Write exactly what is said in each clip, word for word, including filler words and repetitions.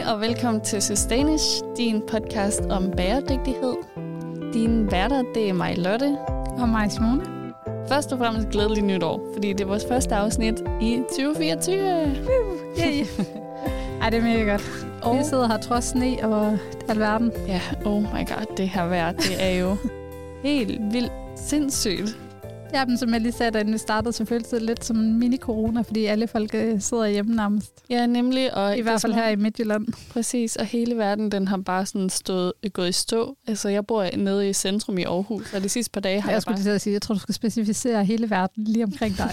og velkommen til Sustainish, din podcast om bæredygtighed. Din værter, det er mig, Lotte. Og mig, Simone. Først og fremmest glædelig nytår, fordi det er vores første afsnit i tyve fireogtyve. Uh, yeah. Ej, det er mega godt. Og vi sidder her trods sne og alverden. Ja, oh my god, det her vejr, det er jo helt vildt sindssygt. Ja, men som jeg lige sagde, da vi startede, så føltes det lidt som mini-corona, fordi alle folk sidder hjemme nærmest. Ja, nemlig. Og I hvert fald her i Midtjylland. Præcis, og hele verden, den har bare sådan stået, gået i stå. Altså, jeg bor nede i centrum i Aarhus, og de sidste par dage har jeg... Jeg bare... skulle lige sige, jeg tror, du skal specificere hele verden lige omkring dig.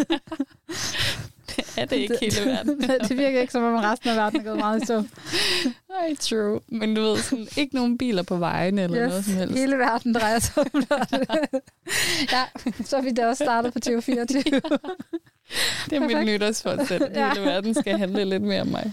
Det er det ikke det, hele verden. Det virker ikke, som om resten af verden er gået meget i stå. Ej, true. Men du ved, sådan, ikke nogen biler på vejen eller yes, noget som helst. Hele verden drejer sig om det. Ja, så er vi da også startet på tyve fireogtyve. Ja. Det er mit nytårsforsæt. Ja. Hele verden skal handle lidt mere om mig.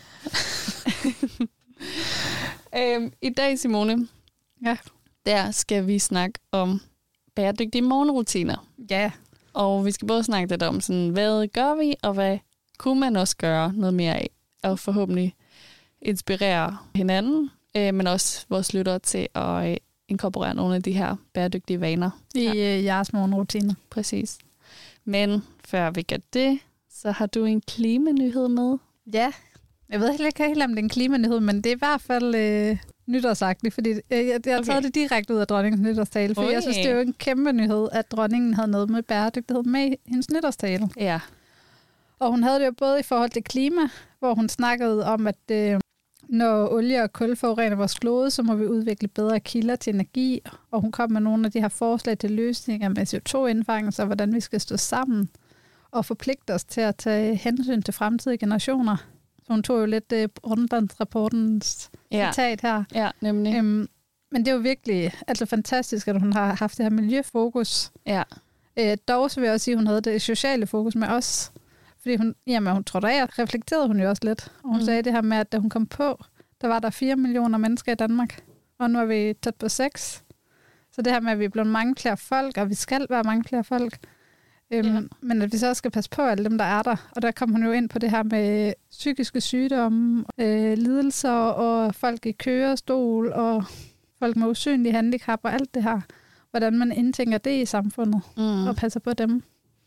øhm, I dag, Simone, ja. der skal vi snakke om bæredygtige morgenrutiner. Ja. Og vi skal både snakke lidt om, sådan, hvad gør vi, og hvad kunne man også gøre noget mere af, og forhåbentlig inspirere hinanden, øh, men også vores lyttere til at øh, inkorporere nogle af de her bæredygtige vaner. I ja. øh, jeres morgenrutiner. Præcis. Men før vi gør det, så har du en klimanyhed med. Ja, jeg ved heller ikke helt, om det er en klimanyhed, men det er i hvert fald øh, nytårsagtigt, fordi øh, jeg, jeg har okay. taget det direkte ud af dronningens nytårstale, for okay. jeg synes, det er jo en kæmpe nyhed, at dronningen havde noget med bæredygtighed med i hendes nytårstale. Ja. Og hun havde det jo både i forhold til klima, hvor hun snakkede om, at øh, når olie og kul forurener vores klode, så må vi udvikle bedre kilder til energi, og hun kom med nogle af de her forslag til løsninger med C O to indfangelse, og hvordan vi skal stå sammen og forpligte os til at tage hensyn til fremtidige generationer. Så hun tog jo lidt øh, Brundtland-rapportens ja. citat her. Ja, nemlig. Øhm, men det er jo virkelig altså fantastisk, at hun har haft det her miljøfokus. Ja. Øh, dog så vil jeg også sige, at hun havde det sociale fokus med os. Fordi hun, jamen, hun tror da, jeg reflekterede hun jo også lidt. Og hun mm. sagde det her med, at da hun kom på, der var der fire millioner mennesker i Danmark. Og nu er vi tæt på seks. Så det her med, at vi er blevet mange flere folk, og vi skal være mange flere folk. Øhm, ja. Men at vi så skal passe på alle dem, der er der. Og der kom hun jo ind på det her med psykiske sygdomme, øh, lidelser og folk i kørestol og folk med usynlige handicap og alt det her. Hvordan man indtænker det i samfundet mm. og passer på dem.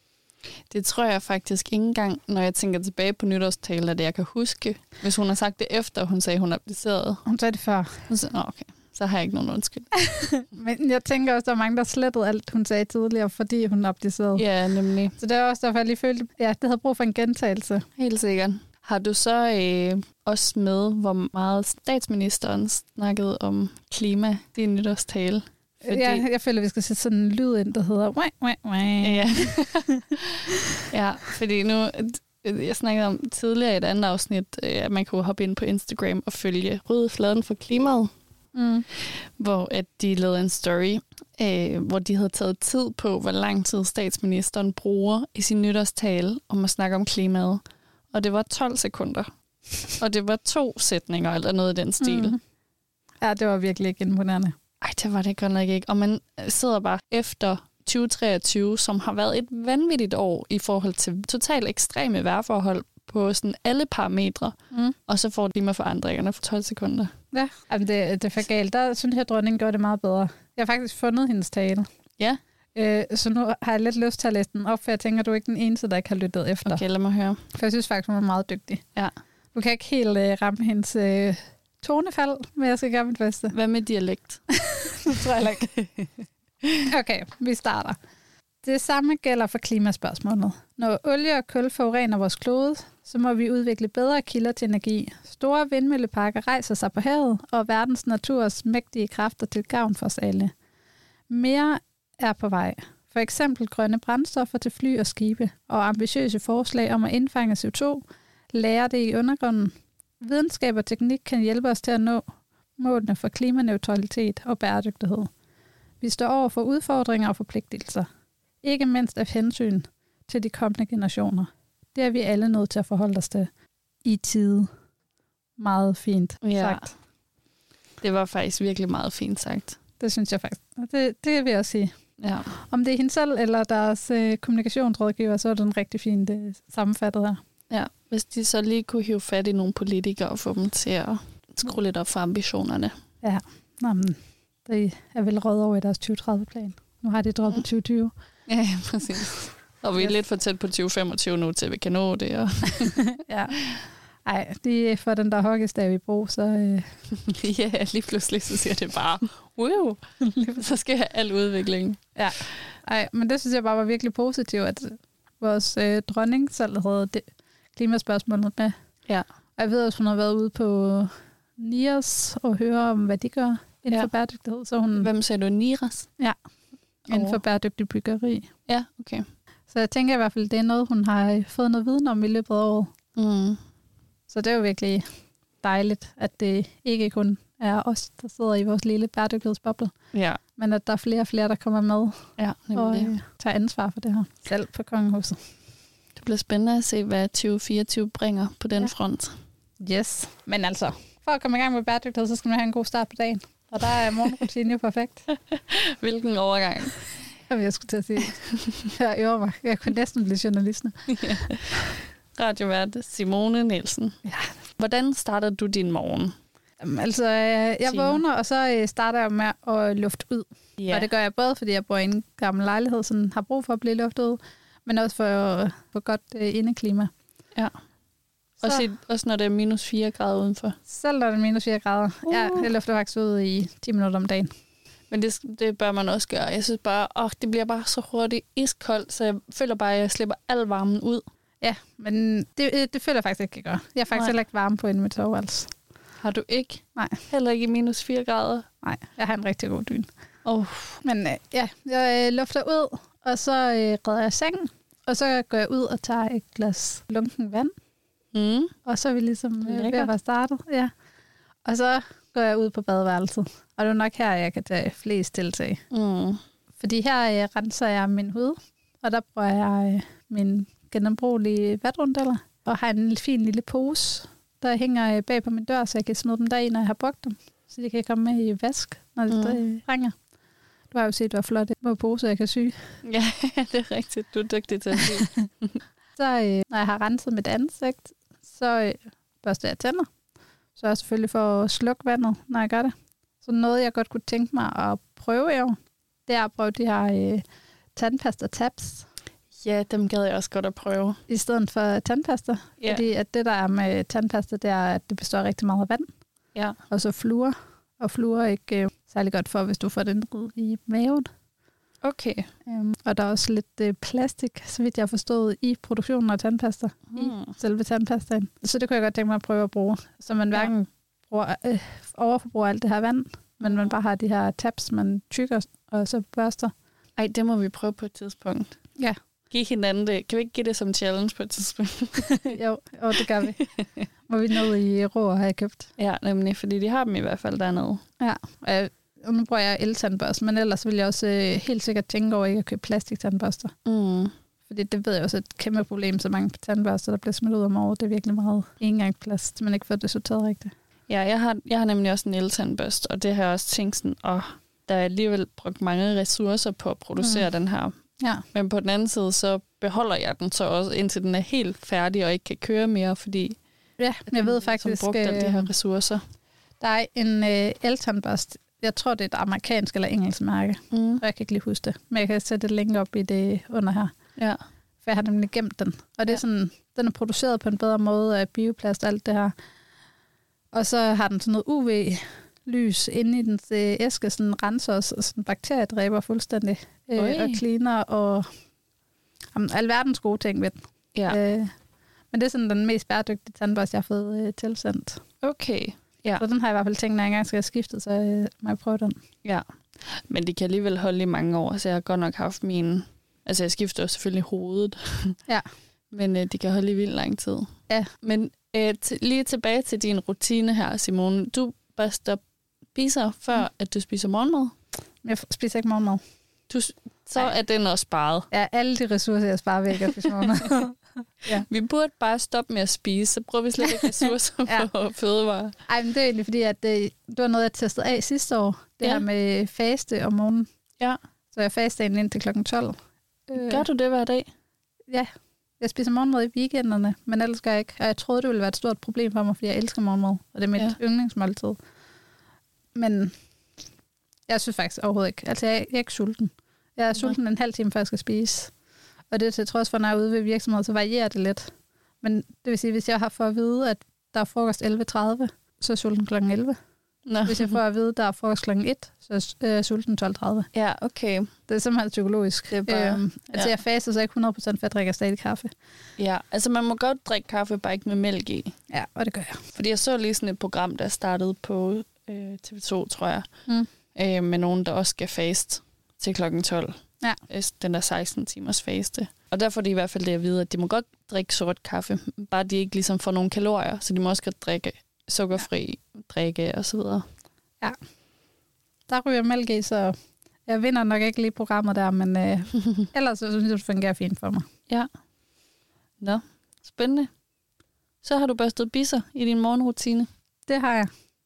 Det tror jeg faktisk ikke engang, når jeg tænker tilbage på nytårstale, at jeg kan huske, hvis hun har sagt det efter, hun sagde, hun abdicerede. Hun sagde det før. Hun sagde, nå okay, så har jeg ikke nogen undskyld. Men jeg tænker også, der er mange, der slettede alt, hun sagde tidligere, fordi hun abdicerede. Ja, nemlig. Så det er også derfor, jeg lige følte, ja, det havde brug for en gentagelse. Helt sikkert. Har du så øh, også med, hvor meget statsministeren snakkede om klima i nytårstale? Fordi... Ja, jeg føler, vi skal sætte sådan en lyd ind, der hedder... Wah, wah, wah. Ja. Ja, fordi nu... Jeg snakkede om tidligere i et andet afsnit, at man kunne hoppe ind på Instagram og følge Røde Fladen for Klimaet, mm. hvor at de lavede en story, øh, hvor de havde taget tid på, hvor lang tid statsministeren bruger i sin nytårstale om at snakke om klimaet. Og det var tolv sekunder. Og det var to sætninger eller noget i den stil. Mm. Ja, det var virkelig ikke imponerende. Ej, det var det godt nok ikke. Og man sidder bare efter tyve treogtyve, som har været et vanvittigt år i forhold til totalt ekstreme vejrforhold på sådan alle parametre. Mm. Og så får klimaforandringerne for tolv sekunder. Ja, altså det, det er for galt. Der synes jeg, at dronningen gør det meget bedre. Jeg har faktisk fundet hendes tale. Ja. Øh, så nu har jeg lidt lyst til at læse den op, for jeg tænker, at du er ikke den eneste, der ikke har lyttet efter. Okay, lad mig høre. For jeg synes faktisk, hun er meget dygtig. Ja. Du kan ikke helt øh, ramme hendes... Øh, tonefald, men jeg skal gøre mit bedste. Hvad med dialekt? Det tror jeg ikke. Okay, vi starter. Det samme gælder for klimaspørgsmålet. Når olie og kul forurener vores klode, så må vi udvikle bedre kilder til energi. Store vindmølleparker rejser sig på havet, og verdens naturs mægtige kræfter til gavn for os alle. Mere er på vej. For eksempel grønne brændstoffer til fly og skibe, og ambitiøse forslag om at indfange C O to, lære det i undergrunden. Videnskab og teknik kan hjælpe os til at nå målene for klimaneutralitet og bæredygtighed. Vi står over for udfordringer og forpligtelser. Ikke mindst af hensyn til de kommende generationer. Det er vi alle nødt til at forholde os til i tide. Meget fint ja. sagt. Det var faktisk virkelig meget fint sagt. Det synes jeg faktisk. Det, det vil jeg også sige. Ja. Om det er hende selv eller deres øh, kommunikationsrådgiver, så er den rigtig fint øh, sammenfattet her. Ja, hvis de så lige kunne hive fat i nogle politikere og få dem til at skrue lidt op for ambitionerne. Ja, Nå, men det er vel røget over i deres tyve tredive-plan. Nu har de droppet tyve tyve. Ja, ja, præcis. Og vi er yes. lidt for tæt på tyve femogtyve nu, til vi kan nå det. Og ja. Ej, de får den der hockeystav i brug, så... Øh... ja, lige pludselig så siger det bare, wow, så skal jeg have al udvikling. Ja, ej, men det synes jeg bare var virkelig positivt, at vores øh, dronning selv havde det klimaspørgsmålet med. Ja. Og jeg ved også, hun har været ude på Niras og høre om, hvad de gør inden ja. for bæredygtighed. Så hun... Hvem sagde du, Niras? Ja, inden oh. for bæredygtig byggeri. Ja, okay. Så jeg tænker i hvert fald, det er noget, hun har fået noget viden om i løbet af året. Mm. Så det er jo virkelig dejligt, at det ikke kun er os, der sidder i vores lille bæredygtighedsboble, ja. men at der er flere og flere, der kommer med ja, og det. Øh, tager ansvar for det her. Selv på kongehuset. Det bliver spændende at se, hvad tyve fireogtyve bringer på den ja. front. Yes. Men altså, for at komme i gang med bæredygtighed, så skal man have en god start på dagen. Og der er morgenrutine jo perfekt. Hvilken overgang. Jamen, jeg skulle til at sige, jeg øver mig. Jeg kunne næsten blive journalist. ja. Radiovært Simone Nielsen. Ja. Hvordan starter du din morgen? Jamen, altså, jeg, jeg vågner, og så starter jeg med at lufte ud. Ja. Og det gør jeg både, fordi jeg bor i en gammel lejlighed, som har brug for at blive luftet ud, men også for, for godt uh, indeklima. Ja. Også, også når det er minus fire grader udenfor? Selv når det er minus fire grader. Uh. Ja, jeg lufter faktisk ud i ti minutter om dagen. Men det, det bør man også gøre. Jeg synes bare, åh, det bliver bare så hurtigt iskoldt, så jeg føler bare, at jeg slipper al varmen ud. Ja, men det, det føler jeg faktisk ikke, jeg gør. Jeg er faktisk heller ikke varme på inde i mit soveværelse. Har du ikke? Nej. Heller ikke i minus fire grader? Nej, jeg har en rigtig god dyne. Oh. Men øh, ja, jeg øh, lufter ud, og så øh, redder jeg sengen, og så går jeg ud og tager et glas lunken vand. Mm. Og så er vi ligesom øh, ved at være startet. Ja. Og så går jeg ud på badeværelset. Og det er nok her, jeg kan tage flest tiltag. Mm. Fordi her øh, renser jeg min hud, og der bruger jeg øh, min genembrugelige vatrundeller, og har en fin lille pose, der hænger bag på min dør, så jeg kan smide dem deri, når jeg har brugt dem. Så de kan komme med i vask, når det mm. ringer. Du har jo set, hvor flot det er poser, jeg kan sy. Ja, det er rigtigt. Du er dygtig til at sy. Så øh, når jeg har renset mit ansigt, så øh, børster jeg tænder. Så er jeg selvfølgelig for at slukke vandet, når jeg gør det. Så noget, jeg godt kunne tænke mig at prøve i år, det er at prøve de her øh, tandpasta-tabs. Ja, dem gad jeg også godt at prøve. I stedet for tandpasta. Ja. Fordi at det, der er med tandpasta, det er, at det består rigtig meget af vand. Ja. Og så fluor. Og fluor er ikke øh, særlig godt for, hvis du får den ned i maven. Okay. Um, og der er også lidt øh, plastik, så vidt jeg har forstået, i produktionen af tandpasta. Mm. I selve tandpastaen. Så det kunne jeg godt tænke mig at prøve at bruge. Så man hverken ja. bruger, øh, overforbruger alt det her vand, men man bare har de her tabs, man tykker og så børster. Ej, det må vi prøve på et tidspunkt. Ja. Giv hinanden det. Kan vi ikke give det som challenge på et tidspunkt? jo, jo, det gør vi. Må vi ned i Rå har jeg købt. Ja, nemlig, fordi de har dem i hvert fald dernede. Ja, og nu bruger jeg el-tandbørster, men ellers vil jeg også øh, helt sikkert tænke over ikke at købe plastiktandbørster. Mm. Fordi det ved jeg også er et kæmpe problem, så mange tandbørster, der bliver smidt ud om året. Det er virkelig meget engangsplast, man ikke får det sorteret rigtigt. Ja, jeg har, jeg har nemlig også en el-tandbørste, og det har jeg også tænkt sådan, åh, der er alligevel brugt mange ressourcer på at producere mm. den her. Ja. Men på den anden side, så beholder jeg den så også, indtil den er helt færdig og ikke kan køre mere, fordi ja, jeg ved faktisk, som brugt alle de her ressourcer. Der er en øh, el-tandbørste, jeg tror, det er et amerikansk eller engelsk mærke, mm. og jeg kan ikke lige huske det, men jeg kan sætte et link op i det under her. Ja. For jeg har nemlig gemt den, og det er sådan, den er produceret på en bedre måde af bioplast og alt det her. Og så har den sådan noget U V-lys inde i dens øh, æske, sådan renser os, og sådan bakteriedræber fuldstændig, øh, og cleaner, og jamen, alverdens gode ting ved den. Ja. Øh, men det er sådan den mest bæredygtige tandbørste, jeg har fået øh, tilsendt. Okay. Ja. Så den har jeg i hvert fald tænkt, når jeg engang skal have skiftet, så øh, må jeg prøve den. Ja, men de kan alligevel holde i mange år, så jeg har godt nok haft min... Altså, jeg skifter jo selvfølgelig hovedet. Ja. Men øh, de kan holde i vildt lang tid. Ja. Men øh, t- lige tilbage til din rutine her, Simone. Du børster spiser, før mm. at du spiser morgenmad? Jeg spiser ikke morgenmad. Du, så Ej. er den også sparet. Ja, alle de ressourcer, jeg sparer væk at spise morgenmad. Ja. Vi burde bare stoppe med at spise, så bruger vi slet ikke ressourcer ja. på fødevarer. Ej, men det er egentlig fordi, at det, det var noget, jeg testede af sidste år. Det ja. her med faste om morgenen. Ja. Så jeg faste ind til klokken tolv. Gør du det hver dag? Ja. Jeg spiser morgenmad i weekenderne, men ellers gør jeg ikke. Og jeg troede, det ville være et stort problem for mig, fordi jeg elsker morgenmad, og det er mit ja. yndlingsmåltid. Men jeg synes faktisk overhovedet ikke. Altså, jeg er ikke sulten. Jeg er sulten en halv time, før jeg skal spise. Og det er til trods for, når jeg er ude ved virksomheden, så varierer det lidt. Men det vil sige, hvis jeg har for at vide, at der er frokost elleve tredive, så er jeg sulten klokken elleve. Nå. Hvis jeg får at vide, at der er frokost klokken et, så er jeg sulten tolv tredive. Ja, okay. Det er simpelthen psykologisk. Det er bare, øhm, altså, ja. Jeg faster så ikke hundrede procent, for jeg drikker stadig kaffe. Ja, altså man må godt drikke kaffe, bare ikke med mælk i. Ja, og det gør jeg. Fordi jeg så lige sådan et program, der startede på øh, T V to, tror jeg, mm. øh, med nogen, der også skal faste til klokken tolv. Ja. Den der seksten timers faste. Og derfor er det i hvert fald det at vide, at de må godt drikke sort kaffe, bare de ikke ligesom får nogle kalorier, så de må også godt drikke sukkerfri ja. drikke og så videre. Ja. Der ryger mælk i, så jeg vinder nok ikke lige programmet der, men øh, ellers så synes jeg, det fungerer fint for mig. Ja. Nå, spændende. Så har du børstet bisser i din morgenrutine. Det har jeg.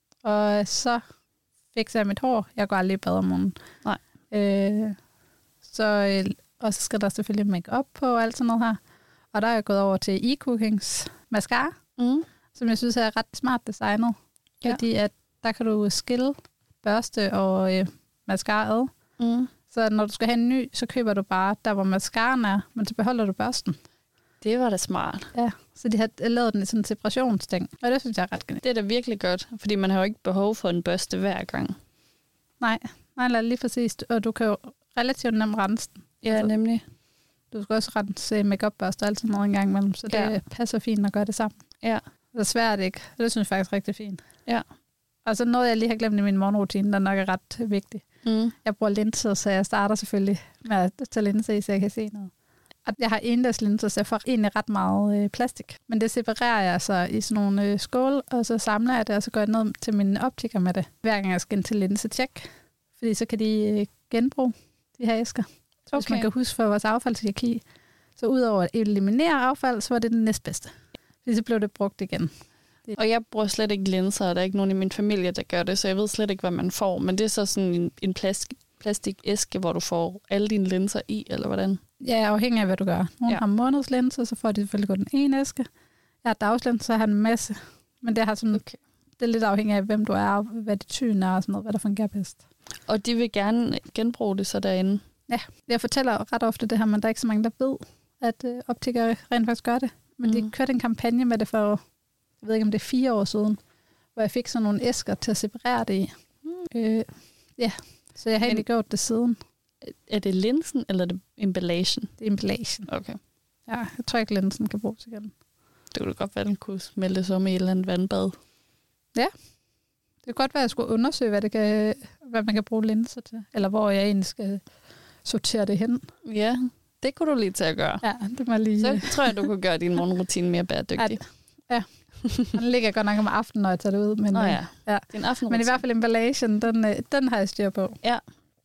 Og så fikser jeg mit hår. Jeg går aldrig i bad om morgenen. Nej. Øh, så, øh, og så skal der selvfølgelig make-up på og alt sådan noget her. Og der er jeg gået over til eCookings mascara, mm. som jeg synes er ret smart designet. Ja. Fordi at der kan du skille børste og øh, mascara ad. Mm. Så når du skal have en ny, så køber du bare der, hvor mascaraen er, men så beholder du børsten. Det var da smart. Ja, så de har lavet den i sådan en separationsting, og det synes jeg er ret genialt. Det er da virkelig godt, fordi man har jo ikke behov for en børste hver gang. Nej, nej, lige præcis. Og du kan jo relativt nemt rense den. Ja, altså, nemlig. Du skal også rense make-up-børste og alt sådan noget en gang imellem, så det ja. passer fint at gøre det sammen. Ja. Så svært ikke. Det synes jeg faktisk er rigtig fint. Ja. Og så noget, jeg lige har glemt i min morgenrutine, der nok er ret vigtig. Mm. Jeg bruger linser, så jeg starter selvfølgelig med at tage linser i, så jeg kan se noget. Og jeg har endagslinser, så jeg får egentlig ret meget øh, plastik. Men det separerer jeg så i sådan nogle øh, skåle, og så samler jeg det, og så går jeg ned til min optiker med det. Hver gang jeg skal ind til linsetjek. Fordi så kan de øh, genbruge de her æsker. Så okay. Hvis man kan huske for vores affaldshierarki, så udover at eliminere affald, så var det den næstbedste. Fordi så blev det brugt igen. Det. Og jeg bruger slet ikke linser, og der er ikke nogen i min familie, der gør det, så jeg ved slet ikke, hvad man får. Men det er så sådan en, en plastik, plastikæske, hvor du får alle dine linser i, eller hvordan? Ja, afhængig af, hvad du gør. Nogle ja. har månedslinser, så får de selvfølgelig kun den ene æske. Jeg har dagslinser, så har en masse. Men det, har sådan, okay. det er lidt afhængig af, hvem du er, og hvad dit syn er, og sådan noget, hvad der fungerer bedst. Og de vil gerne genbruge det så derinde? Ja, jeg fortæller ret ofte det her, men der er ikke så mange, der ved, at øh, optikere rent faktisk gør det. Men mm. de kørte en kampagne med det for, jeg ved ikke om det er fire år siden, hvor jeg fik sådan nogle æsker til at separere det i. Mm. Øh, ja, så jeg har egentlig gjort det siden. Er det linsen, eller er det emballagen? Det er emballagen. Okay. Ja, jeg tror ikke, linsen kan bruges igen. Det kunne da godt være, at den kunne smelte som i et eller andet vandbad. Ja. Det kunne godt være, at jeg skulle undersøge, hvad, det kan, hvad man kan bruge linser til. Eller hvor jeg egentlig skal sortere det hen. Ja, det kunne du lige til at gøre. Ja, det må lige... Så tror jeg, du kunne gøre din morgenrutine mere bæredygtig. Ja, den ligger godt nok om aftenen, når jeg tager det ud. Men, Nå ja, ja. Din aftenrutine. Men i hvert fald emballagen, den, den har jeg styr på. Ja.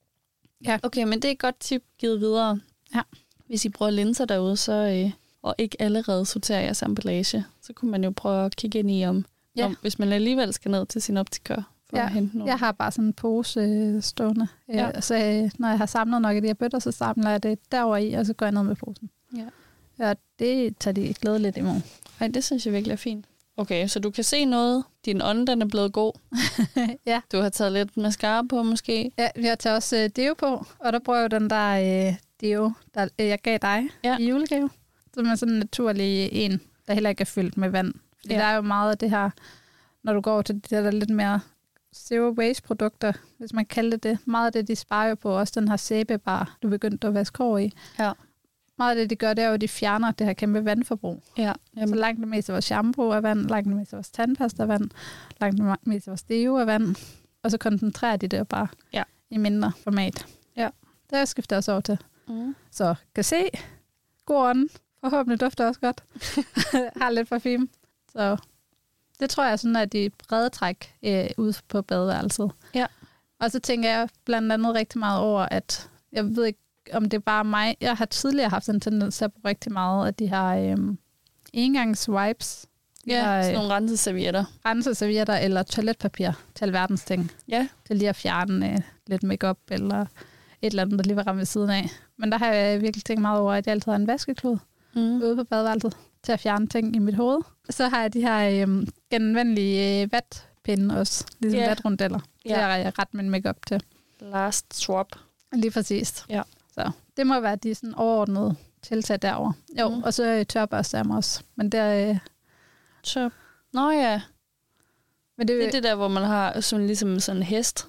Ja. Okay, men det er et godt tip givet videre. Ja. Hvis I bruger linser derude, så, øh, og ikke allerede sorterer jeres emballage, så kunne man jo prøve at kigge ind i, om, ja. om hvis man alligevel skal ned til sin optikør for ja. at hente noget. Jeg har bare sådan en pose øh, stående. Ja. Øh, så øh, når jeg har samlet nok af de her bøtter, så samler jeg det derover i, og så går jeg ned med posen. Ja. Ja, det tager de glædeligt imod. Ej, det synes jeg virkelig er fint. Okay, så du kan se noget. Din ånd, den er blevet god. Ja. Du har taget lidt mascara på, måske. Ja, vi har taget også øh, deo på, og der bruger jeg den der øh, deo, der øh, jeg gav dig ja. i julegave. Som er sådan en naturlig en, der heller ikke er fyldt med vand. Fordi ja. der er jo meget af det her, når du går til det der lidt mere zero waste produkter, hvis man kalder det det. Meget af det, de sparer jo på, også den her sæbebar, du begyndte at vaske hår i. Ja. Meget af det, de gør, det er jo, at de fjerner det her kæmpe vandforbrug. Ja. Så langt det meste af vores shampoo er vand, langt det meste af vores tandpasta er vand, langt det meste af vores deo er vand, og så koncentrerer de det jo bare ja. i mindre format. Ja. Det har jeg skiftet også over til. Mm. Så kan se, god ånd, forhåbentlig dufter også godt. Har lidt parfume. Så det tror jeg sådan, at de brede træk øh, ude på badeværelset. Ja. Og så tænker jeg blandt andet rigtig meget over, at jeg ved ikke, om det er bare mig. Jeg har tidligere haft en tendens til at bruge rigtig meget af de her øhm, engangswipes. De ja, her, sådan nogle renseservietter. Renseservietter eller toiletpapir til alverdens ting. Ja. Til lige at fjerne øh, lidt makeup eller et eller andet, der lige var ramt ved siden af. Men der har jeg virkelig tænkt meget over, at jeg altid har en vaskeklud. mm. ude på badeværelset til at fjerne ting i mit hoved. Så har jeg de her øh, genanvendelige øh, vatpinde også, ligesom yeah. vatrundeller. Det yeah. har jeg ret min makeup til. Last swap. Lige præcis. Ja. Så det må være de sådan overordnede tiltag derovre. Jo, mm. og så øh, tørbørster jeg mig også. Men der... Øh, så... Nå ja. Men det, det er det der, hvor man har sådan, ligesom sådan en hest.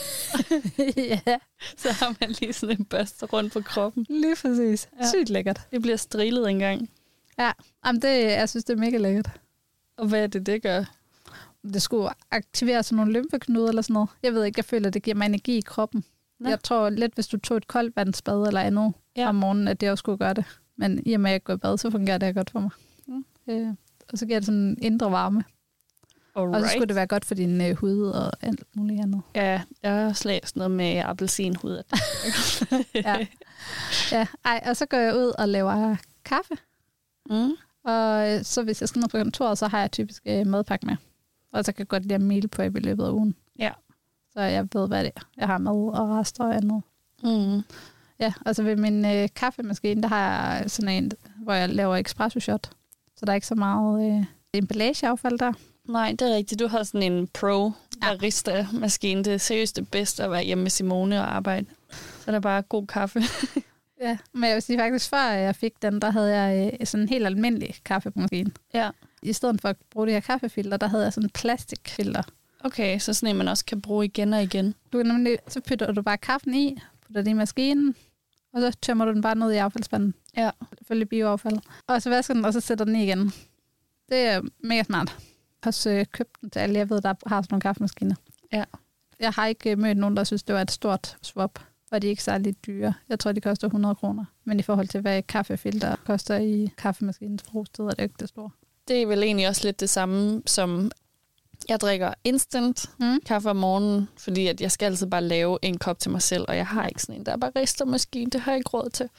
Ja. Så har man lige sådan en børste rundt på kroppen. Lige præcis. Ja. Sygt lækkert. Det bliver strilet engang. Ja, jamen det, jeg synes, det er mega lækkert. Og hvad er det, det gør? Det skulle aktivere sådan nogle lymfeknuder eller sådan noget. Jeg ved ikke, jeg føler, det giver mig energi i kroppen. Nå. Jeg tror lidt, hvis du tog et koldt vandsbad eller andet ja. om morgenen, at det også skulle gøre det. Men i og med, at jeg går i bad, så fungerer det godt for mig. Mm. Øh, og så giver det sådan en indre varme. Alright. Og så skulle det være godt for din øh, hud og alt muligt andet. Ja, jeg har også læst noget med appelsinhud. ja. ja. Ej, og så går jeg ud og laver kaffe. Mm. Og øh, så hvis jeg skal ned på kontoret, så har jeg typisk øh, madpakke med. Og så kan jeg godt lide at meal på i løbet af ugen. Ja. Så jeg ved, hvad det er. Jeg har mad og rester og andet. Mm. Ja, og så ved min øh, kaffemaskine, der har jeg sådan en, hvor jeg laver espresso shot. Så der er ikke så meget øh, emballageaffald der. Nej, det er rigtigt. Du har sådan en pro barista-maskine. Det er seriøst det bedste at være hjemme med Simone og arbejde. Så er der bare god kaffe. Ja, men jeg vil sige faktisk, før jeg fik den, der havde jeg sådan en helt almindelig kaffemaskine. Ja. I stedet for at bruge det her kaffefilter, der havde jeg sådan en plastikfilter. Okay, så sådan en, man også kan bruge igen og igen. Du kan nemlig, så putter du bare kaffen i, putter det i maskinen, og så tømmer du den bare ned i affaldsspanden. Ja. Følge bioaffald. Og så vasker den, og så sætter den i igen. Det er mega smart. Jeg har også øh, købt den til alle, jeg ved, der har sådan nogle kaffemaskiner. Ja. Jeg har ikke mødt nogen, der synes, det var et stort swap, og de er ikke særlig dyre. Jeg tror, de koster hundrede kroner. Men i forhold til, hvad kaffefilter koster i kaffemaskinens forbrugsted, er det ikke det store. Det er vel egentlig også lidt det samme, som jeg drikker instant mm. kaffe om morgenen, fordi at jeg skal altid bare lave en kop til mig selv, og jeg har ikke sådan en, der er bare ristermaskine, det har jeg ikke råd til.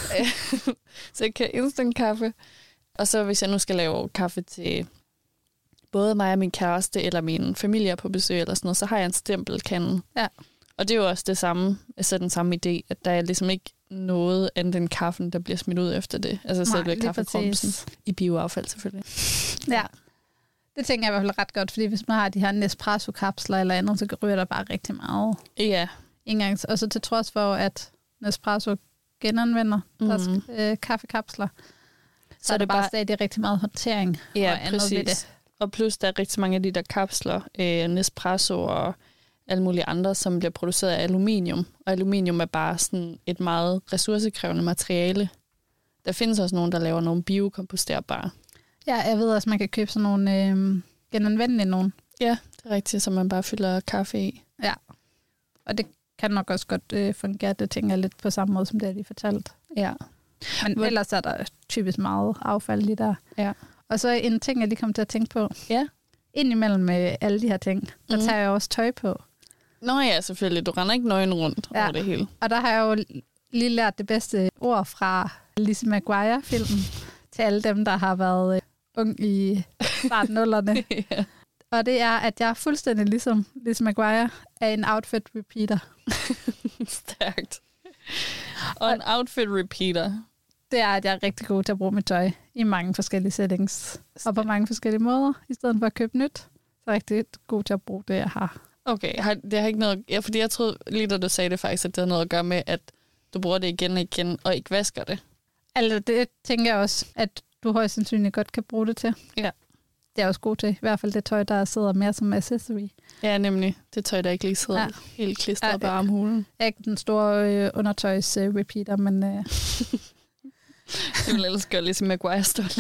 Så jeg kan instant kaffe. Og så hvis jeg nu skal lave kaffe til både mig og min kæreste, eller min familie på besøg, eller sådan noget, så har jeg en stempelkande. Ja. Og det er jo også det samme, altså den samme idé, at der er ligesom ikke noget andet end kaffen, der bliver smidt ud efter det. Altså selve kaffekrumsen. I bioaffald selvfølgelig. Ja, det tænker jeg i hvert fald ret godt, fordi hvis man har de her Nespresso-kapsler eller andet, så ryger der bare rigtig meget. Ja. Engangs. Og så til trods for, at Nespresso genanvender mm. deres øh, kaffekapsler, så, så er det bare, bare stadig rigtig meget håndtering ja, og andet ved det. Og plus der er rigtig mange af de der kapsler, øh, Nespresso og alle mulige andre, som bliver produceret af aluminium. Og aluminium er bare sådan et meget ressourcekrævende materiale. Der findes også nogen, der laver nogle biokomposterbare. Ja, jeg ved også, man kan købe sådan nogle øh, genanvendelige nogen. Ja, det er rigtigt, som man bare fylder kaffe i. Ja, og det kan nok også godt øh, fungere. Det tænker jeg lidt på samme måde, som det er lige fortalt. Ja. Men Hvor... ellers er der typisk meget affald lige der. Ja. Og så en ting, jeg lige kom til at tænke på. Ja. Indimellem med alle de her ting, der mm. tager jeg også tøj på. Nå ja, selvfølgelig. Du render ikke nøgen rundt ja. over det hele. Og der har jeg jo lige lært det bedste ord fra Lizzie McGuire-filmen til alle dem, der har været ung i starten-nullerne. Ja. Og det er, at jeg er fuldstændig ligesom Lizzie McGuire er en outfit repeater. Stærkt. Og en outfit repeater. Det er, at jeg er rigtig god til at bruge mit tøj i mange forskellige settings. Og på mange forskellige måder. I stedet for at købe nyt, så er jeg rigtig god til at bruge det, jeg har. Okay, det har ikke noget... Ja, fordi jeg troede lige da du sagde det faktisk, at det har noget at gøre med, at du bruger det igen og igen, og ikke vasker det. Altså, det tænker jeg også, at du højst sandsynligt godt kan bruge det til. Ja. Det er også god til. I hvert fald det tøj, der sidder mere som accessory. Ja, nemlig. Det tøj, der ikke lige sidder ja. helt klistret ja, på armhulen. Jeg er ikke den store øh, undertøjs-repeater, øh, men... Øh... det vil ellers gøre ligesom Maguire stolt.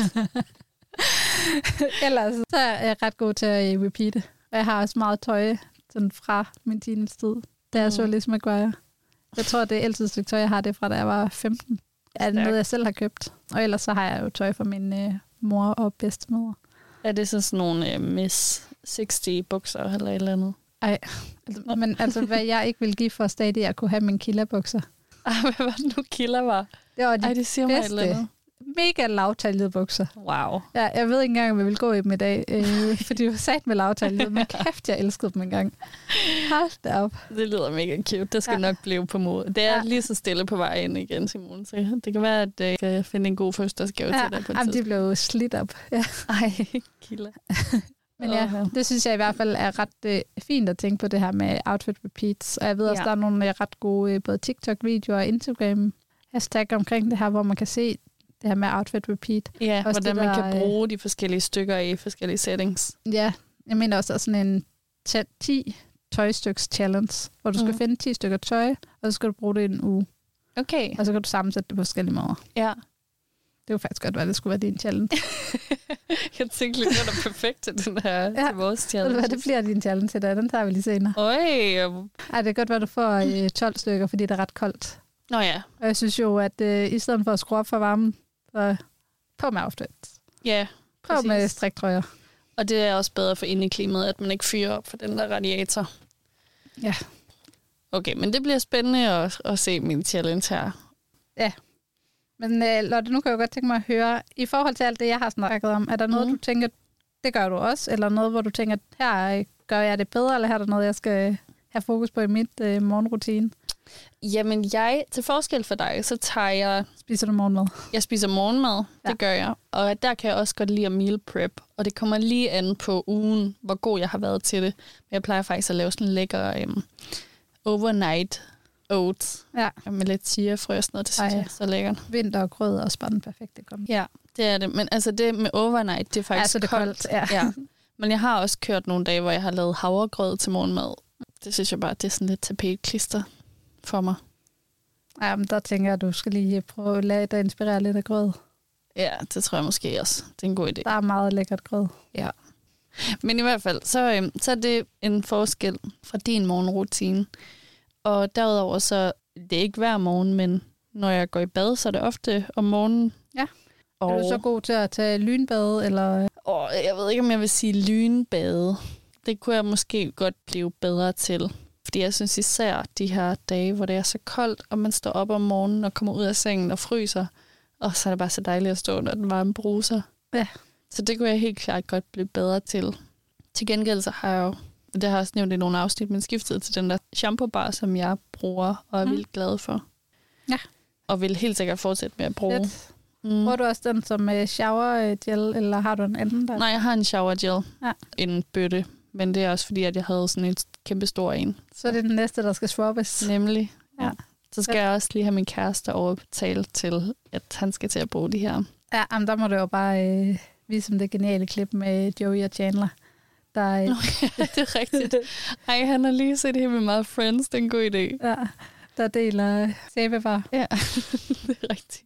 Ellers så er jeg ret god til at øh, repeate. Og jeg har også meget tøj sådan fra min teenage-tid, da jeg mm. så Lizzie McGuire. Jeg tror, det ældste stykke tøj, jeg har det fra, da jeg var femten. Er det noget, jeg selv har købt. Og ellers så har jeg jo tøj fra min øh, mor og bedstemor. Er det så sådan nogle øh, Miss sexty bukser eller et eller andet? Ej, altså, men altså, hvad jeg ikke vil give for stadig, at kunne have mine Killa-bukser. Ej, hvad var det nu, Killa var? Det var de Ej, det siger mig et eller andet. mega lavtaljede bukser. Wow. Ja, jeg ved ikke engang, om jeg vil gå i dem i dag, øh, for de var sat med lavtaljede, men kæft, jeg elskede dem engang. Hold da op. Det lyder mega cute. Det skal ja. nok blive på mode. Det er ja. lige så stille på vej ind igen, Simone. Så det kan være, at jeg kan finde en god fødselsdagsgave ja. til dig på et Jamen, de blev jo slidt op. Ja. Ej, kilder. Men ja, det synes jeg i hvert fald er ret øh, fint at tænke på det her med outfit repeats. Og jeg ved også, ja. der er nogle øh, ret gode øh, både TikTok-videoer og Instagram-hashtag omkring det her, hvor man kan se det her med outfit repeat. Ja, også hvordan det, man der, kan bruge de forskellige stykker i forskellige settings. Ja, jeg mener også, der er sådan en ti tøjstyks challenge, hvor du skal mm. finde ti stykker tøj, og så skal du bruge det i en uge. Okay. Og så kan du sammensætte det på forskellige måder. Ja. Det var faktisk godt, hvad det skulle være din challenge. Jeg tænkte lidt, det er perfekt til den her ja. til vores challenge. Hvad det bliver din challenge til dig? Den tager vi lige senere. Øj. Ej, det er godt, at du får tolv stykker, fordi det er ret koldt. Nå ja. Og jeg synes jo, at øh, i stedet for at skrue op for varmen, så på med outfits. Ja, på med striktrøjer. Og det er også bedre for indeklimaet, at man ikke fyrer op for den der radiator. Ja. Okay, men det bliver spændende at, at se min challenge her. Ja. Men uh, Lotte, nu kan jeg godt tænke mig at høre, i forhold til alt det, jeg har snakket om, er der noget, mm. du tænker, det gør du også? Eller noget, hvor du tænker, her gør jeg det bedre, eller her er der noget, jeg skal have fokus på i mit uh, morgenrutine? Jamen, jeg, til forskel for dig, så tager jeg... Spiser du morgenmad? Jeg spiser morgenmad, ja. Det gør jeg. Og der kan jeg også godt lide at meal prep. Og det kommer lige an på ugen, hvor god jeg har været til det. Men jeg plejer faktisk at lave sådan en lækker um, overnight oats. Ja. Med lidt chiafrø og sådan noget. Det synes Ej, jeg er så lækkert. Vinter og grød er også bare den perfekte kombi. Ja, det er det. Men altså det med overnight, det er faktisk altså, det er koldt. koldt. Ja. Ja. Men jeg har også kørt nogle dage, hvor jeg har lavet havregrød til morgenmad. Det synes jeg bare, det er sådan lidt tapetklister for mig. Ja, men der tænker jeg, at du skal lige prøve at lade dig inspirere lidt af grød. Ja, det tror jeg måske også. Det er en god idé. Der er meget lækkert grød. Ja. Men i hvert fald, så, øhm, så er det en forskel fra din morgenrutine. Og derudover så, det er ikke hver morgen, men når jeg går i bad, så er det ofte om morgenen. Ja. Og... Er du så god til at tage lynbade, eller? Åh, jeg ved ikke, om jeg vil sige lynbade. Det kunne jeg måske godt blive bedre til. Fordi jeg synes især de her dage, hvor det er så koldt, og man står op om morgenen og kommer ud af sengen og fryser, og så er det bare så dejligt at stå under den varme bruser. Ja. Så det kunne jeg helt klart godt blive bedre til. Til gengæld så har jeg jo, det har jeg også nævnt i nogle afsnit, men skiftet til den der shampoo-bar, som jeg bruger og er mm. vildt glad for. Ja. Og vil helt sikkert fortsætte med at bruge. Mm. Bruger du også den som shower gel, eller har du en anden der? Nej, jeg har en shower gel. Ja. En bøtte. Men det er også fordi, at jeg havde sådan en kæmpe stor en. Så er det den næste, der skal swappes. Nemlig. Ja. Så skal ja. jeg også lige have min kæreste overbetalt til, at han skal til at bruge de her. Ja, men der må du jo bare øh, vise om det geniale klip med Joey og Chandler. Der, øh... okay, det er rigtigt. Ej, han har lige set helt med meget Friends. Det er en god idé. Ja, der deler sæbebar. Ja, det er rigtigt.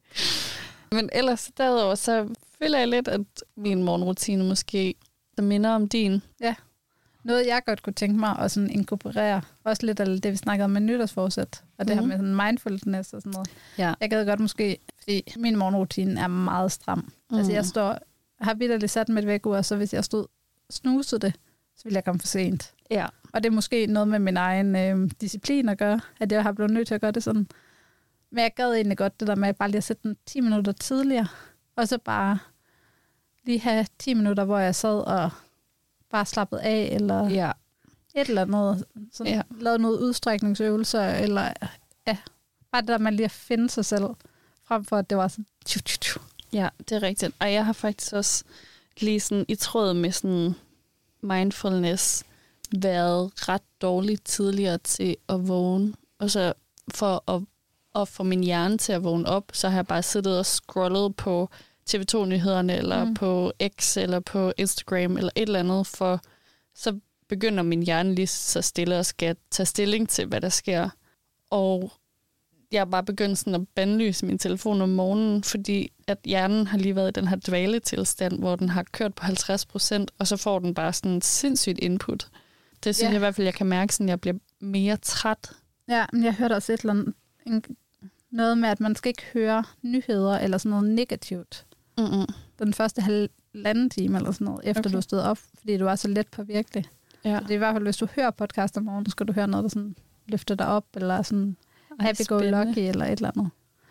Men ellers derudover, så føler jeg lidt, at min morgenrutine måske der minder om din. Ja. Noget, jeg godt kunne tænke mig at sådan inkorporere, også lidt af det, vi snakkede om med nytårsforsæt, og det mm. her med sådan mindfulness og sådan noget. Ja. Jeg gad godt måske, fordi min morgenrutine er meget stram. Mm. Altså jeg står, har vitterligt sat mit vækkeur, og så hvis jeg stod snusede det, så ville jeg komme for sent. Ja. Og det er måske noget med min egen øh, disciplin at gøre, at jeg har blevet nødt til at gøre det sådan. Men jeg gad egentlig godt det der med bare lige at sætte den ti minutter tidligere, og så bare lige have ti minutter, hvor jeg sad og bare slappet af, eller ja. et eller andet. Sådan, ja. Lavet noget udstrækningsøvelser, eller ja, bare det der med lige at finde sig selv, frem for at det var sådan... Tju, tju, tju. Ja, det er rigtigt. Og jeg har faktisk også lige sådan i tråd med sådan mindfulness været ret dårlig tidligere til at vågne. Og så for at, at få min hjerne til at vågne op, så har jeg bare siddet og scrollet på T V to-nyhederne, eller mm. på X, eller på Instagram, eller et eller andet, for så begynder min hjerne lige så stille og skal tage stilling til, hvad der sker. Og jeg har bare begyndt sådan at bandlyse min telefon om morgenen, fordi at hjernen har lige været i den her dvaletilstand, hvor den har kørt på halvtreds procent, og så får den bare sådan et sindssygt input. Det synes ja. jeg i hvert fald, jeg kan mærke, sådan, at jeg bliver mere træt. Ja, men jeg hørte også et eller andet, en, noget med, at man skal ikke høre nyheder eller sådan noget negativt. Mm-mm. Den første halvanden time eller sådan noget, efter okay. du stod op, fordi du var så let påvirkelig. Ja. Så det er i hvert fald, hvis du hører podcast om morgenen, så skal du høre noget, der sådan løfter dig op, eller sådan happy-go-lucky eller et eller andet.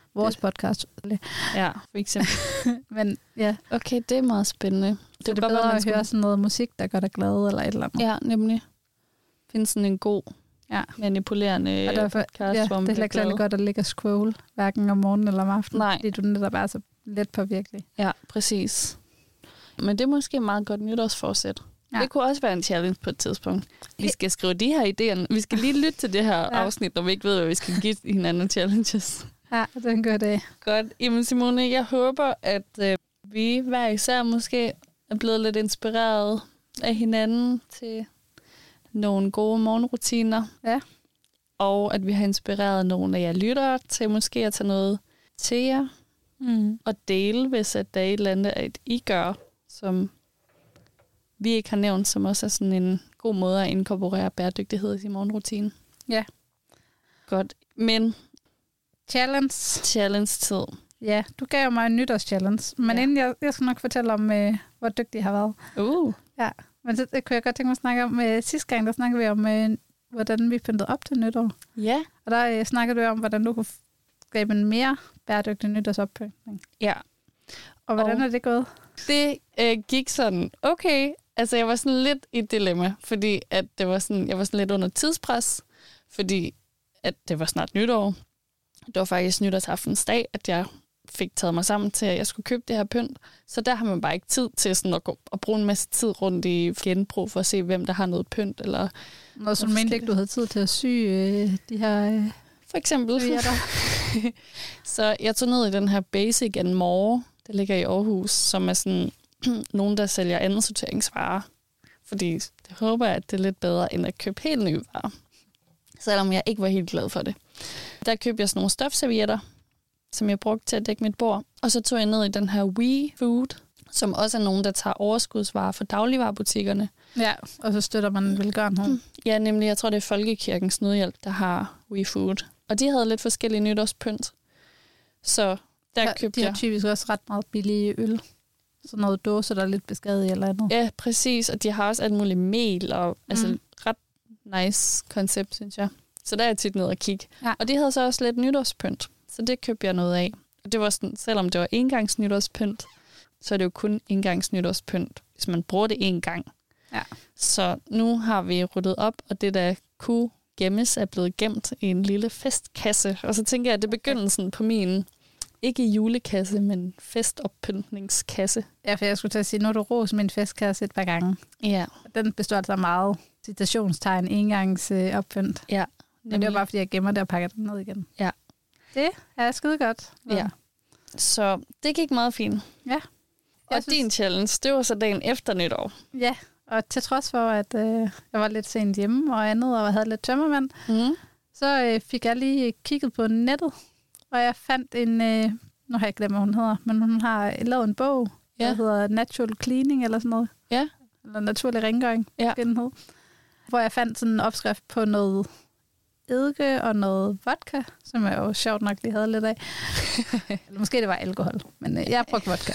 Vores podcast. Ja, for eksempel. Men ja. Okay, det er meget spændende. Det, det er bedre være, at høre sådan noget musik, der gør dig glad, eller et eller andet. Ja, nemlig. Finde sådan en god, ja. manipulerende og derfor, podcast, ja, hvor man det er ikke særlig godt at ligge og scroll, hverken om morgenen eller om aftenen. Nej. Fordi du netop er så let påvirkelig. Ja, præcis. Men det er måske et meget godt nytårsforsæt. Ja. Det kunne også være en challenge på et tidspunkt. Vi skal skrive de her idéer. Vi skal lige lytte til det her ja. afsnit, når vi ikke ved, hvad vi skal give hinanden challenges. Ja, det er en god dag. Godt. Jamen Simone, jeg håber, at øh, vi hver især måske er blevet lidt inspireret af hinanden til nogle gode morgenrutiner. Ja. Og at vi har inspireret nogle af jer lyttere til måske at tage noget til jer. Mm. Og dele, hvis at der er et eller andet, at I gør, som vi ikke har nævnt, som også er sådan en god måde at inkorporere bæredygtighed i morgenrutinen. Ja. Godt. Men challenge. Challenge-tid. Ja, du gav jo mig en nytårschallenge. Men ja. inden jeg, jeg skal nok fortælle om, øh, hvor dygtig jeg har været. Uh. Ja, men det, det kunne jeg godt tænke mig at snakke om. Øh, sidste gang, der snakkede vi om, øh, hvordan vi pyntede op til nytår. Ja. Og der øh, snakkede du om, hvordan du kunne skabe en mere bæredygtig nytårsoppyntning. Ja. Og hvordan og er det gået? Det øh, gik sådan, okay. Altså, jeg var sådan lidt i et dilemma, fordi at det var sådan, jeg var sådan lidt under tidspres, fordi at det var snart nytår. Det var faktisk nytårsaftensdag, at jeg fik taget mig sammen til, at jeg skulle købe det her pynt. Så der har man bare ikke tid til sådan at, gå, at bruge en masse tid rundt i genbrug for at se, hvem der har noget pynt. Eller noget, som mente ikke, du havde tid til at sy øh, de her... Øh, for eksempel. Så jeg tog ned i den her Basic and More, der ligger i Aarhus, som er sådan nogen, der sælger anden sorteringsvarer. Fordi det håber jeg, at det er lidt bedre, end at købe helt nye varer. Selvom jeg ikke var helt glad for det. Der købte jeg sådan nogle stofservietter, som jeg brugte til at dække mit bord. Og så tog jeg ned i den her We Food, som også er nogen, der tager overskudsvarer for dagligvarebutikkerne. Ja, og så støtter man velgørenhed. Ja, nemlig, jeg tror, det er Folkekirkens Nødhjælp, der har We Food. Og de havde lidt forskellige nytårspynt. Så der ja, købte de jeg... har typisk også ret meget billige øl. Sådan noget dåse, der er lidt beskadiget eller andet. Ja, præcis. Og de har også alt muligt mel og mm. altså ret nice koncept, synes jeg. Så der er jeg tit ned og kigge. Ja. Og de havde så også lidt nytårspynt. Så det købte jeg noget af. Og det var sådan, selvom det var engangs nytårspynt, så er det jo kun engangs nytårspynt, hvis man bruger det en gang. Ja. Så nu har vi ryddet op, og det der kunne gemmes er blevet gemt i en lille festkasse. Og så tænker jeg, at det er begyndelsen på min, ikke julekasse, men festoppyntningskasse. Ja, for jeg skulle til at sige, nu har du rost min festkasse et par gange. Ja. Den består altså meget citationstegn, engangs øh, opfyndt. Ja. Men det var bare, fordi jeg gemmer det og pakker den ned igen. Ja. Det er skide godt. Ja. ja. Så det gik meget fint. Ja. Og synes... din challenge, det var så dagen efter nytår. Ja, og til trods for, at øh, jeg var lidt sent hjemme og andet, og havde lidt tømmermand, mm. så øh, fik jeg lige kigget på nettet, og jeg fandt en, øh, nu har jeg glemt, hvad hun hedder, men hun har lavet en bog, ja. der hedder Natural Cleaning eller sådan noget. Ja. Eller naturlig rengøring, ja. den hed. Hvor jeg fandt sådan en opskrift på noget eddike og noget vodka, som jeg jo sjovt nok lige havde lidt af. Eller måske det var alkohol, men øh, jeg brugte vodka.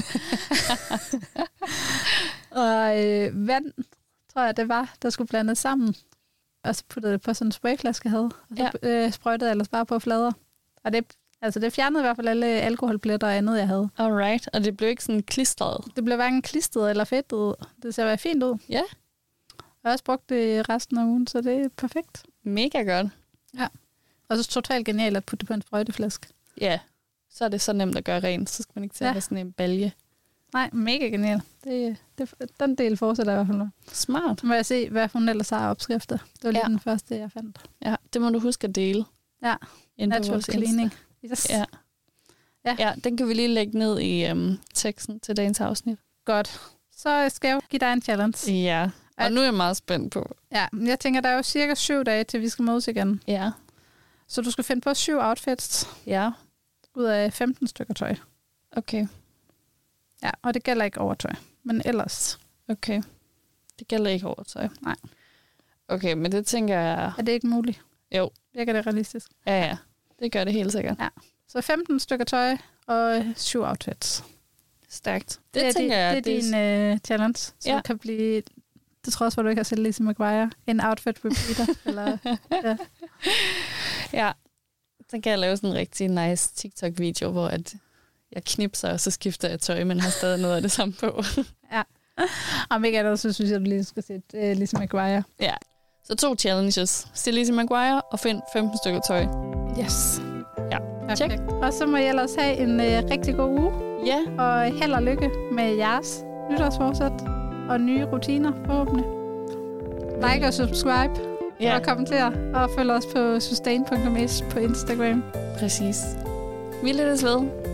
og øh, vand, tror jeg det var, der skulle blandes sammen. Og så puttede det på sådan en sprayflaske, jeg havde. Og så ja. øh, sprøjtede jeg ellers bare på flader. Og det, altså det fjernede i hvert fald alle alkoholpletter og andet, jeg havde. Alright, og det blev ikke sådan klistret? Det blev hverken klistret eller fedtet. Det ser bare fint ud. Ja. Jeg har også brugt det resten af ugen, så det er perfekt. Mega godt. Ja. Og så totalt genialt at putte det på en sprøjteflaske. Ja, så er det så nemt at gøre rent. Så skal man ikke til at ja. have sådan en balje. Nej, mega genialt. Det, det, den del fortsætter i hvert fald nu. Smart. Så må jeg se, hvad hun ellers har opskrifter. Det var lige ja. den første, jeg fandt. Ja, det må du huske at dele. Ja, natural cleaning. Yes. Ja. Ja. ja, den kan vi lige lægge ned i um, teksten til dagens afsnit. Godt. Så skal jeg give dig en challenge. Ja, og nu er jeg meget spændt på. Ja, jeg tænker, der er jo cirka syv dage, til vi skal mødes igen. Ja. Så du skal finde på syv outfits. Ja. Ud af femten stykker tøj. Okay. Ja, og det gælder ikke overtøj. Men ellers. Okay. Det gælder ikke overtøj. Nej. Okay, men det tænker jeg... Er det ikke muligt? Jo. Virker det realistisk? Ja, ja. Det gør det helt sikkert. Ja. Så femten stykker tøj og syv outfits. Stærkt. Det, det tænker di- jeg. Det er det din uh, challenge. Så ja. kan blive... Det tror jeg også, at du ikke har set Lizzie McGuire. En outfit repeater. eller, ja. ja. Så kan jeg lave sådan en rigtig nice TikTok-video, hvor at jeg knipser, og så skifter jeg tøj, men har stadig noget af det samme på. Ja. Om ikke andet, så synes jeg, at du lige skal se uh, Lizzie McGuire. Ja. Så to challenges. Se Lizzie McGuire og find femten stykker tøj. Yes. Ja. Perfekt. Check. Og så må jeg ellers have en uh, rigtig god uge. Ja. Og held og lykke med jeres nytårsforsæt og nye rutiner forhåbentlig. Like og subscribe. Ja. Og kommenter. Og følg os på sustain punktum is på Instagram. Præcis. Vi lyttes ved.